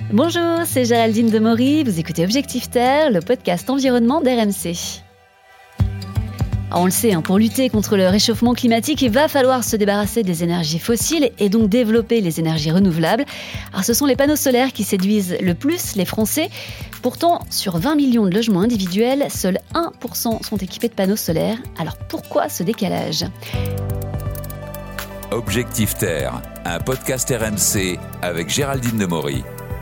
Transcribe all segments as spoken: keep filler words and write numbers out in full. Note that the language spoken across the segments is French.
Bonjour, c'est Géraldine Demory, vous écoutez Objectif Terre, le podcast environnement d'R M C. On le sait, pour lutter contre le réchauffement climatique, il va falloir se débarrasser des énergies fossiles et donc développer les énergies renouvelables. Alors, ce sont les panneaux solaires qui séduisent le plus les Français. Pourtant, sur vingt millions de logements individuels, seuls un pour cent sont équipés de panneaux solaires. Alors pourquoi ce décalage ? Objectif Terre, un podcast R M C avec Géraldine Demory.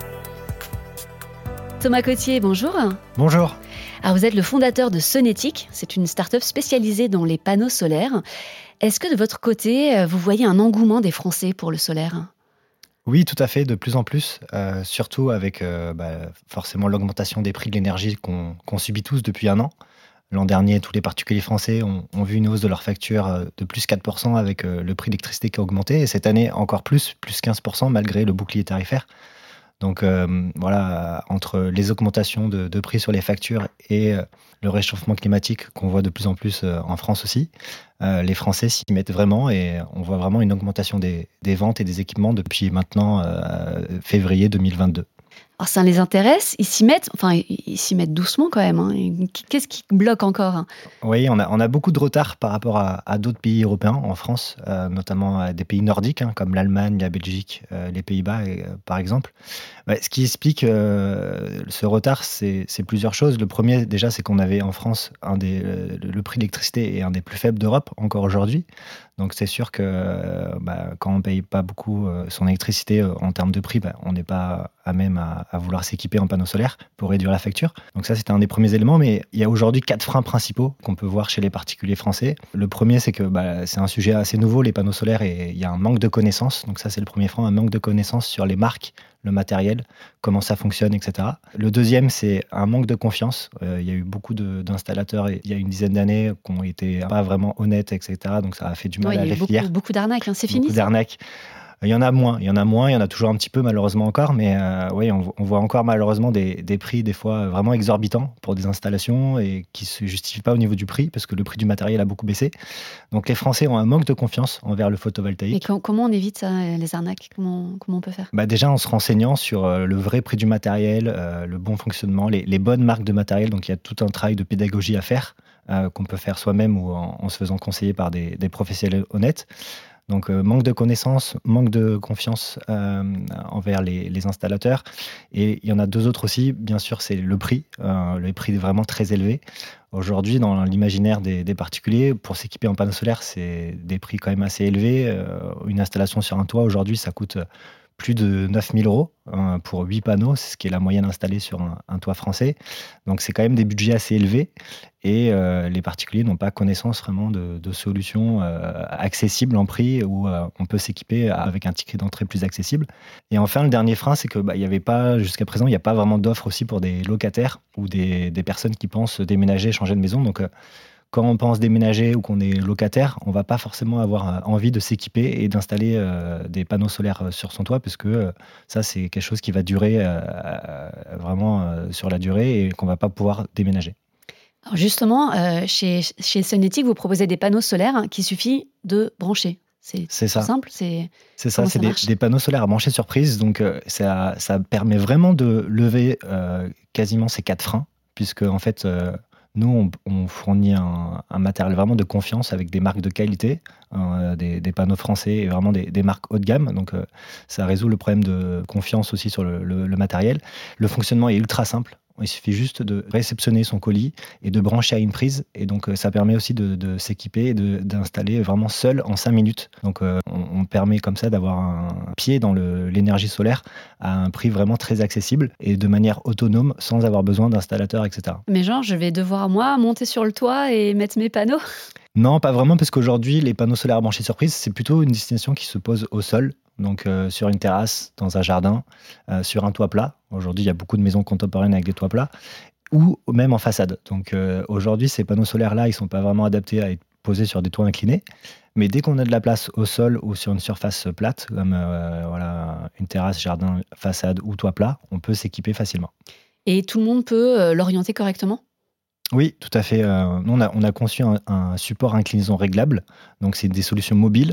Thomas Cotier, bonjour. Bonjour. Alors vous êtes le fondateur de Sonetic, c'est une start-up spécialisée dans les panneaux solaires. Est-ce que de votre côté, vous voyez un engouement des Français pour le solaire ? Oui, tout à fait, de plus en plus, euh, surtout avec euh, bah, forcément l'augmentation des prix de l'énergie qu'on, qu'on subit tous depuis un an. L'an dernier, tous les particuliers français ont, ont vu une hausse de leur facture de plus quatre pour cent avec euh, le prix de l'électricité qui a augmenté. Et cette année, encore plus, plus quinze pour cent malgré le bouclier tarifaire. Donc euh, voilà, entre les augmentations de, de prix sur les factures et euh, le réchauffement climatique qu'on voit de plus en plus euh, en France aussi, euh, les Français s'y mettent vraiment et on voit vraiment une augmentation des, des ventes et des équipements depuis maintenant euh, février deux mille vingt-deux. Alors ça les intéresse, ils s'y mettent, enfin ils s'y mettent doucement quand même. Hein. Qu'est-ce qui bloque encore ? hein Oui, on a, on a beaucoup de retard par rapport à, à d'autres pays européens en France, euh, notamment à des pays nordiques hein, comme l'Allemagne, la Belgique, euh, les Pays-Bas euh, par exemple. Ouais, ce qui explique euh, ce retard, c'est, c'est plusieurs choses. Le premier déjà, c'est qu'on avait en France un des, le, le prix de l'électricité est un des plus faibles d'Europe encore aujourd'hui. Donc c'est sûr que euh, bah, quand on ne paye pas beaucoup euh, son électricité euh, en termes de prix, bah, on n'est pas à même à, à vouloir s'équiper en panneaux solaires pour réduire la facture. Donc ça, c'était un des premiers éléments. Mais il y a aujourd'hui quatre freins principaux qu'on peut voir chez les particuliers français. Le premier, c'est que bah, c'est un sujet assez nouveau, les panneaux solaires, et il y a un manque de connaissances. Donc ça, c'est le premier frein, un manque de connaissances sur les marques, le matériel, comment ça fonctionne, et cetera. Le deuxième, c'est un manque de confiance. Euh, il y a eu beaucoup de, d'installateurs il y a une dizaine d'années qui ont été pas vraiment honnêtes, et cetera. Donc ça a fait du mal ouais, à il y a la eu beaucoup, filière. Beaucoup d'arnaques, hein. C'est fini. Beaucoup d'arnaques. Il y en a moins, il y en a moins, il y en a toujours un petit peu malheureusement encore, mais euh, oui, on, on voit encore malheureusement des, des prix des fois vraiment exorbitants pour des installations et qui ne se justifient pas au niveau du prix parce que le prix du matériel a beaucoup baissé. Donc les Français ont un manque de confiance envers le photovoltaïque. Et com- comment on évite ça, les arnaques ? comment, comment on peut faire ? Bah déjà en se renseignant sur euh, le vrai prix du matériel, euh, le bon fonctionnement, les, les bonnes marques de matériel, donc il y a tout un travail de pédagogie à faire euh, qu'on peut faire soi-même ou en, en se faisant conseiller par des, des professionnels honnêtes. Donc, euh, manque de connaissances, manque de confiance euh, envers les, les installateurs. Et il y en a deux autres aussi, bien sûr, c'est le prix. Euh, le prix est vraiment très élevé. Aujourd'hui, dans l'imaginaire des, des particuliers, pour s'équiper en panneaux solaires, c'est des prix quand même assez élevés. Euh, une installation sur un toit, aujourd'hui, ça coûte plus de neuf mille euros hein, pour huit panneaux, c'est ce qui est la moyenne installée sur un, un toit français. Donc c'est quand même des budgets assez élevés et euh, les particuliers n'ont pas connaissance vraiment de, de solutions euh, accessibles en prix où euh, on peut s'équiper avec un ticket d'entrée plus accessible. Et enfin, le dernier frein, c'est que bah, il y avait pas, jusqu'à présent, il n'y a pas vraiment d'offre aussi pour des locataires ou des, des personnes qui pensent déménager, changer de maison. Donc euh, quand on pense déménager ou qu'on est locataire, on ne va pas forcément avoir envie de s'équiper et d'installer euh, des panneaux solaires sur son toit, parce que euh, ça, c'est quelque chose qui va durer euh, vraiment euh, sur la durée et qu'on ne va pas pouvoir déménager. Alors justement, euh, chez, chez Sonetic, vous proposez des panneaux solaires hein, qu'il suffit de brancher. C'est, c'est ça. simple. C'est, c'est ça, c'est ça des, des panneaux solaires à brancher sur prise. Donc euh, ça, ça permet vraiment de lever euh, quasiment ces quatre freins, puisque en fait... Euh, Nous, on, on fournit un, un matériel vraiment de confiance avec des marques de qualité, euh, des, des panneaux français et vraiment des, des marques haut de gamme. Donc, euh, ça résout le problème de confiance aussi sur le, le, le matériel. Le fonctionnement est ultra simple. Il suffit juste de réceptionner son colis et de brancher à une prise. Et donc, ça permet aussi de, de s'équiper et de, d'installer vraiment seul en cinq minutes. Donc, euh, on, on permet comme ça d'avoir un pied dans le, l'énergie solaire à un prix vraiment très accessible et de manière autonome sans avoir besoin d'installateurs, et cetera. Mais genre, je vais devoir, moi, monter sur le toit et mettre mes panneaux ? Non, pas vraiment, parce qu'aujourd'hui, les panneaux solaires branchés sur prise, c'est plutôt une destination qui se pose au sol. Donc euh, sur une terrasse, dans un jardin, euh, sur un toit plat. Aujourd'hui, il y a beaucoup de maisons contemporaines avec des toits plats, ou même en façade. Donc euh, aujourd'hui, ces panneaux solaires-là, ils ne sont pas vraiment adaptés à être posés sur des toits inclinés. Mais dès qu'on a de la place au sol ou sur une surface plate, comme euh, voilà, une terrasse, jardin, façade ou toit plat, on peut s'équiper facilement. Et tout le monde peut euh, l'orienter correctement ? Oui, tout à fait. Euh, nous, on a, on a conçu un, un support inclinaison réglable. Donc, c'est des solutions mobiles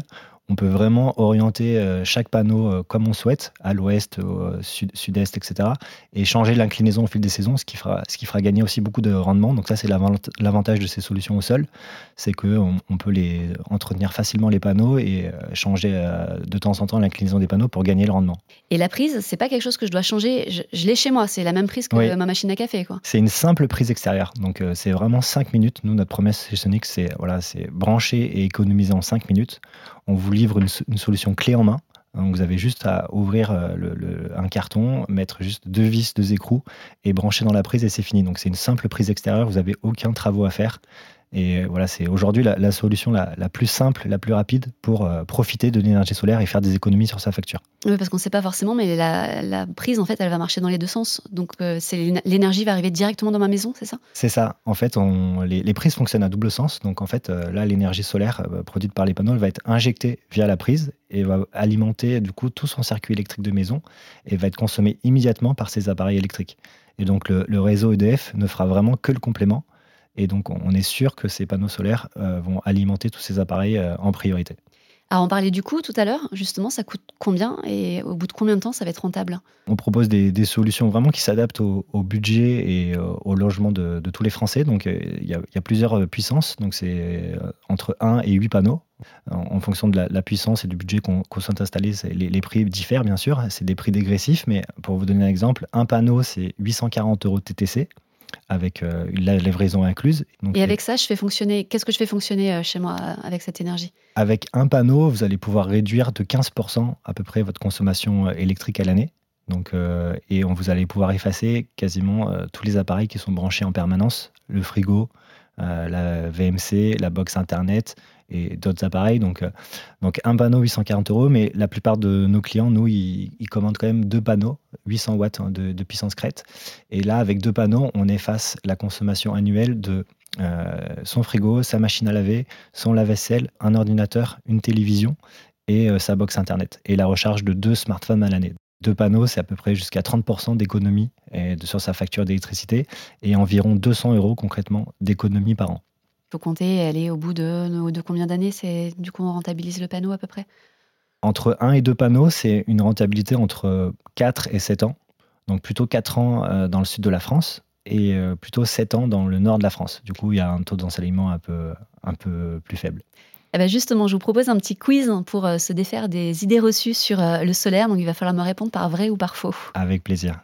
on peut vraiment orienter euh, chaque panneau euh, comme on souhaite, à l'ouest, au sud, sud-est, et cetera. Et changer l'inclinaison au fil des saisons, ce qui fera, ce qui fera gagner aussi beaucoup de rendement. Donc ça, c'est l'avant- l'avantage de ces solutions au sol, c'est qu'on on peut les entretenir facilement les panneaux et euh, changer euh, de temps en temps l'inclinaison des panneaux pour gagner le rendement. Et la prise, c'est pas quelque chose que je dois changer. Je, je l'ai chez moi, c'est la même prise que Oui. ma machine à café, quoi. C'est une simple prise extérieure, donc euh, c'est vraiment cinq minutes. Nous, notre promesse chez Sonic, c'est voilà, c'est brancher et économiser en cinq minutes. On vous livre une, une solution clé en main. Donc vous avez juste à ouvrir euh, le, le- un carton, mettre juste deux vis, deux écrous et brancher dans la prise et c'est fini. Donc c'est une simple prise extérieure, vous n'avez aucun travaux à faire. Et euh, voilà, c'est aujourd'hui la, la solution la, la plus simple, la plus rapide pour euh, profiter de l'énergie solaire et faire des économies sur sa facture. Oui, parce qu'on ne sait pas forcément, mais la, la prise, en fait, elle va marcher dans les deux sens. Donc, euh, c'est l'éne- l'énergie va arriver directement dans ma maison, c'est ça? C'est ça. En fait, on- les, les prises fonctionnent à double sens. Donc, en fait, euh, là, l'énergie solaire euh, produite par les panneaux elle va être injectée via la prise et va alimenter du coup tout son circuit électrique de maison et va être consommée immédiatement par ces appareils électriques. Et donc, le, le réseau E D F ne fera vraiment que le complément. Et donc, on on est sûr que ces panneaux solaires euh, vont alimenter tous ces appareils euh, en priorité. Alors, on parlait du coût tout à l'heure. Justement, ça coûte combien et au bout de combien de temps ça va être rentable? On propose des, des solutions vraiment qui s'adaptent au, au budget et euh, au logement de, de tous les Français. Donc, euh, il y, a il y a plusieurs euh, puissances. Donc, c'est euh, entre un et huit panneaux. En, en fonction de la, la puissance et du budget qu'on qu'on souhaite installer, c'est- les, les prix diffèrent, bien sûr. C'est des prix dégressifs. Mais pour vous donner un exemple, un panneau, c'est huit cent quarante euros T T C avec euh, la livraison incluse. Donc, Et c'est- avec ça, je fais fonctionner. Qu'est-ce que je fais fonctionner euh, chez moi euh, avec cette énergie? Avec un panneau, vous allez pouvoir réduire de quinze pour cent à peu près votre consommation euh, électrique à l'année. Donc, euh, et on, vous allez pouvoir effacer quasiment euh, tous les appareils qui sont branchés en permanence, le frigo, euh, la V M C, la box internet et d'autres appareils. Donc, euh, donc un panneau huit cent quarante euros, mais la plupart de nos clients, nous, ils, ils commandent quand même deux panneaux, huit cents watts hein, de, de puissance crête. Et là, avec deux panneaux, on efface la consommation annuelle de euh, son frigo, sa machine à laver, son lave-vaisselle, un ordinateur, une télévision et euh, sa box internet. Et la recharge de deux smartphones à l'année. Deux panneaux, c'est à peu près jusqu'à trente pour cent d'économie euh, de- sur sa facture d'électricité et environ deux cents euros concrètement d'économie par an. Il faut compter, elle est au bout de, de combien d'années? C'est du coup on rentabilise le panneau à peu près? Entre un et deux panneaux, c'est une rentabilité entre quatre et sept ans. Donc plutôt quatre ans euh, dans le sud de la France et euh, plutôt sept ans dans le nord de la France. Du coup, il y a un taux d'ensoleillement un peu, un peu plus faible. Eh ben justement, je vous propose un petit quiz pour euh, se défaire des idées reçues sur euh, le solaire. Donc il va falloir me répondre par vrai ou par faux. Avec plaisir.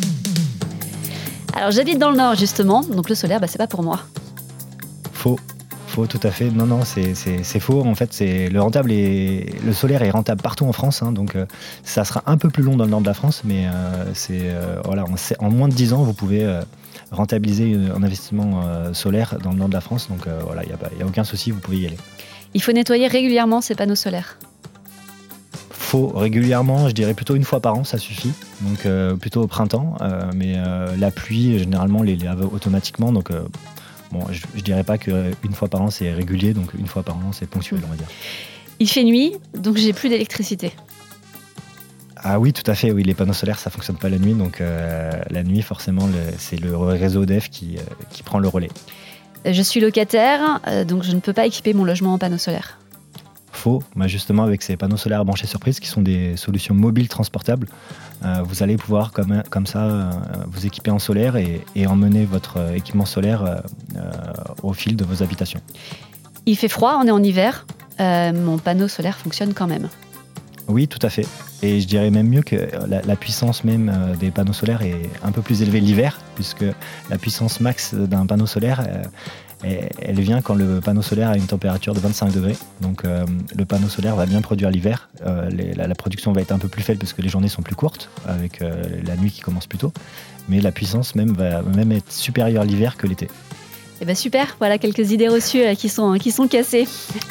Alors j'habite dans le nord justement, donc le solaire, bah, c'est pas pour moi. Faux. Faux, tout à fait. Non, non, c'est, c'est, c'est faux. En fait, c'est le rentable et le solaire est rentable partout en France. hein, donc, euh, ça sera un peu plus long dans le nord de la France, mais euh, c'est euh, voilà, en, se- en moins de dix ans, vous pouvez euh, rentabiliser un investissement euh, solaire dans le nord de la France. Donc, euh, voilà, il n'y a, pas- y a aucun souci, vous pouvez y aller. Il faut nettoyer régulièrement ces panneaux solaires. Faux, régulièrement, je dirais plutôt une fois par an, ça suffit. Donc, euh, plutôt au printemps. euh, mais euh, la pluie, généralement, les lave automatiquement. Donc, euh, bon, je, je dirais pas qu'une fois par an, c'est régulier. Donc, une fois par an, c'est ponctuel, on va dire. Il fait nuit, donc j'ai plus d'électricité. Ah oui, tout à fait. Oui, les panneaux solaires, ça fonctionne pas la nuit. Donc, euh, la nuit, forcément, le- c'est le réseau E D F qui, euh, qui prend le relais. Je suis locataire, euh, donc je ne peux pas équiper mon logement en panneaux solaires. Faux. Bah, justement, avec ces panneaux solaires à brancher sur prise, qui sont des solutions mobiles transportables, euh, vous allez pouvoir comme, comme ça euh, vous équiper en solaire et, et emmener votre euh, équipement solaire euh, euh, au fil de vos habitations. Il fait froid, on est en hiver, euh, mon panneau solaire fonctionne quand même. Oui, tout à fait. Et je dirais même mieux que la, la puissance même euh, des panneaux solaires est un peu plus élevée l'hiver, puisque la puissance max d'un panneau solaire, euh, elle, elle vient quand le panneau solaire a une température de vingt-cinq degrés. Donc euh, le panneau solaire va bien produire l'hiver. Euh, les- la, la production va être un peu plus faible parce que les journées sont plus courtes, avec euh, la nuit qui commence plus tôt. Mais la puissance même va même être supérieure l'hiver que l'été. Et ben super, voilà quelques idées reçues euh, qui sont, qui sont cassées.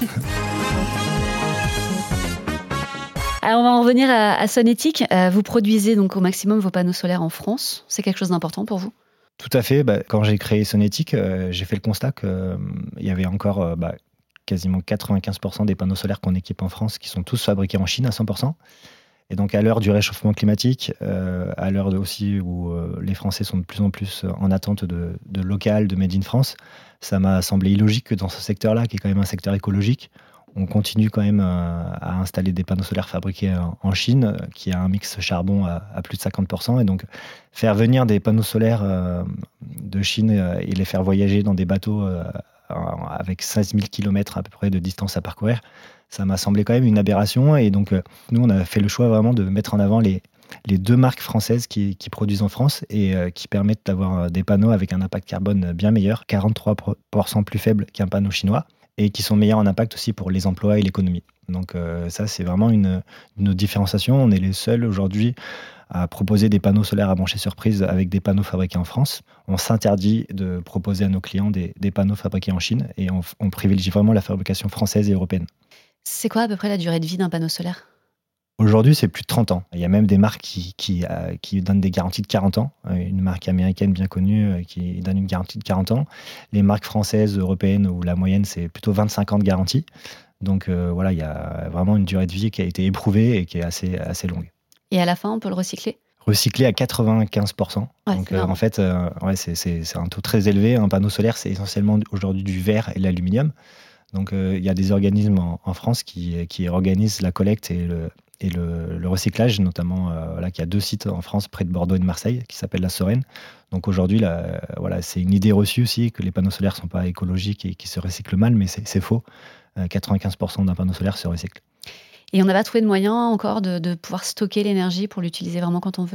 Alors on va en revenir à, à Sonetic. Euh, vous produisez donc au maximum vos panneaux solaires en France. C'est quelque chose d'important pour vous? Tout à fait. Bah, quand j'ai créé Sonetic, euh, j'ai fait le constat qu'il y avait encore euh, bah, quasiment quatre-vingt-quinze pour cent des panneaux solaires qu'on équipe en France qui sont tous fabriqués en Chine à cent pour cent. Et donc à l'heure du réchauffement climatique, euh, à l'heure de- aussi où euh, les Français sont de plus en plus en attente de, de local, de Made in France, ça m'a semblé illogique que dans ce secteur-là, qui est quand même un secteur écologique, On continue quand même à, à installer des panneaux solaires fabriqués en, en Chine, qui a un mix charbon à, à plus de cinquante pour cent. Et donc, faire venir des panneaux solaires euh, de Chine euh, et les faire voyager dans des bateaux euh, avec seize mille kilomètres à peu près de distance à parcourir, ça m'a semblé quand même une aberration. Et donc, euh, nous, on a fait le choix vraiment de mettre en avant les, les deux marques françaises qui, qui produisent en France et euh, qui permettent d'avoir des panneaux avec un impact carbone bien meilleur, quarante-trois pour cent plus faible qu'un panneau chinois, et qui sont meilleurs en impact aussi pour les emplois et l'économie. Donc euh, ça, c'est vraiment une, une différenciation. On est les seuls aujourd'hui à proposer des panneaux solaires à brancher sur prise avec des panneaux fabriqués en France. On s'interdit de proposer à nos clients des, des panneaux fabriqués en Chine et on, on privilégie vraiment la fabrication française et européenne. C'est quoi à peu près la durée de vie d'un panneau solaire ? Aujourd'hui, c'est plus de trente ans. Il y a même des marques qui, qui, euh, qui donnent des garanties de quarante ans. Une marque américaine bien connue euh, qui donne une garantie de quarante ans. Les marques françaises, européennes, où la moyenne, c'est plutôt vingt-cinq ans de garantie. Donc euh, voilà, il y a vraiment une durée de vie qui a été éprouvée et qui est assez, assez longue. Et à la fin, on peut le recycler ? Recyclé à quatre-vingt-quinze pour cent. Ouais, Donc euh, en fait, euh, ouais, c'est, c'est, c'est un taux très élevé. Un panneau solaire, c'est essentiellement aujourd'hui du verre et de l'aluminium. Donc euh, il y a des organismes en, en France qui, qui organisent la collecte et le et le, le recyclage, notamment euh, voilà, qu'il y a deux sites en France près de Bordeaux et de Marseille qui s'appellent la Sorène. Donc aujourd'hui, là, voilà, c'est une idée reçue aussi que les panneaux solaires ne sont pas écologiques et qu'ils se recyclent mal, mais c'est, c'est faux. Euh, quatre-vingt-quinze pour cent d'un panneau solaire se recycle. Et on n'a pas trouvé de moyen encore de, de pouvoir stocker l'énergie pour l'utiliser vraiment quand on veut ?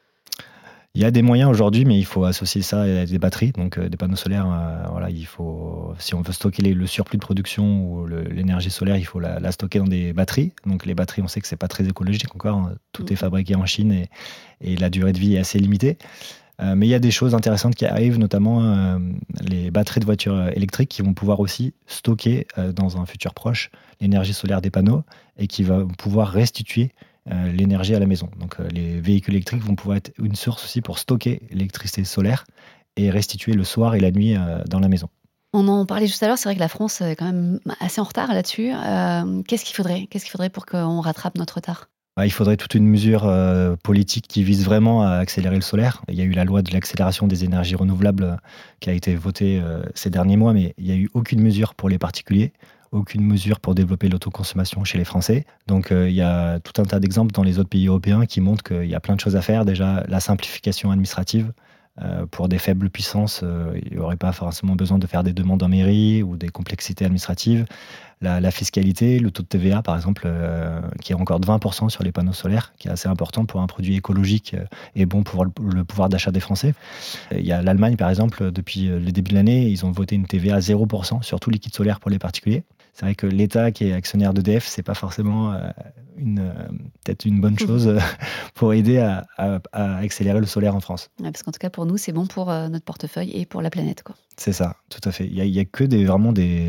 Il y a des moyens aujourd'hui, mais il faut associer ça à des batteries. Donc euh, des panneaux solaires, euh, voilà, il faut, si on veut stocker les, le surplus de production ou le, l'énergie solaire, il faut la, la stocker dans des batteries. Donc les batteries, on sait que c'est pas très écologique encore. Hein. Tout mmh. est fabriqué en Chine et, et la durée de vie est assez limitée. Euh, mais il y a des choses intéressantes qui arrivent, notamment euh, les batteries de voitures électriques qui vont pouvoir aussi stocker euh, dans un futur proche l'énergie solaire des panneaux et qui va pouvoir restituer Euh, l'énergie à la maison. Donc euh, les véhicules électriques vont pouvoir être une source aussi pour stocker l'électricité solaire et restituer le soir et la nuit euh, dans la maison. On en parlait juste à l'heure, c'est vrai que la France est quand même assez en retard là-dessus. Euh, qu'est-ce qu'il faudrait Qu'est-ce qu'il faudrait pour qu'on rattrape notre retard ? Il faudrait toute une mesure euh, politique qui vise vraiment à accélérer le solaire. Il y a eu la loi de l'accélération des énergies renouvelables qui a été votée euh, ces derniers mois, mais il n'y a eu aucune mesure pour les particuliers. Aucune mesure pour développer l'autoconsommation chez les Français. Donc euh, il y a tout un tas d'exemples dans les autres pays européens qui montrent qu'il y a plein de choses à faire. Déjà, la simplification administrative. Euh, pour des faibles puissances, euh, il n'y aurait pas forcément besoin de faire des demandes en mairie ou des complexités administratives. La, la fiscalité, le taux de T V A par exemple, euh, qui est encore de vingt pour cent sur les panneaux solaires, qui est assez important pour un produit écologique et bon pour le, le pouvoir d'achat des Français. Il y a l'Allemagne par exemple, depuis le début de l'année, ils ont voté une T V A à zéro pour cent sur tout liquide solaire pour les particuliers. C'est vrai que l'État qui est actionnaire d'E D F, c'est pas forcément euh, une, euh, peut-être une bonne chose euh, pour aider à, à, à accélérer le solaire en France. Ouais, parce qu'en tout cas pour nous, c'est bon pour euh, notre portefeuille et pour la planète, quoi. C'est ça, tout à fait. Il y a, il y a que des vraiment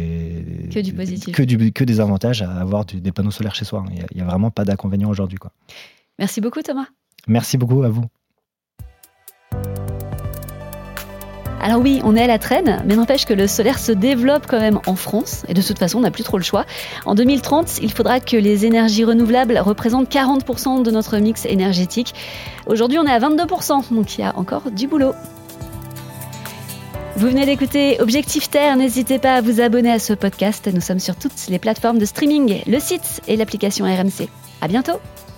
des que du positif, que, du, que des avantages à avoir du, des panneaux solaires chez soi. Il y a, il y a vraiment pas d'inconvénients aujourd'hui, quoi. Merci beaucoup, Thomas. Merci beaucoup à vous. Alors oui, on est à la traîne, mais n'empêche que le solaire se développe quand même en France, et de toute façon, on n'a plus trop le choix. En deux mille trente, il faudra que les énergies renouvelables représentent quarante pour cent de notre mix énergétique. Aujourd'hui, on est à vingt-deux pour cent, donc il y a encore du boulot. Vous venez d'écouter Objectif Terre, n'hésitez pas à vous abonner à ce podcast. Nous sommes sur toutes les plateformes de streaming, le site et l'application R M C. À bientôt.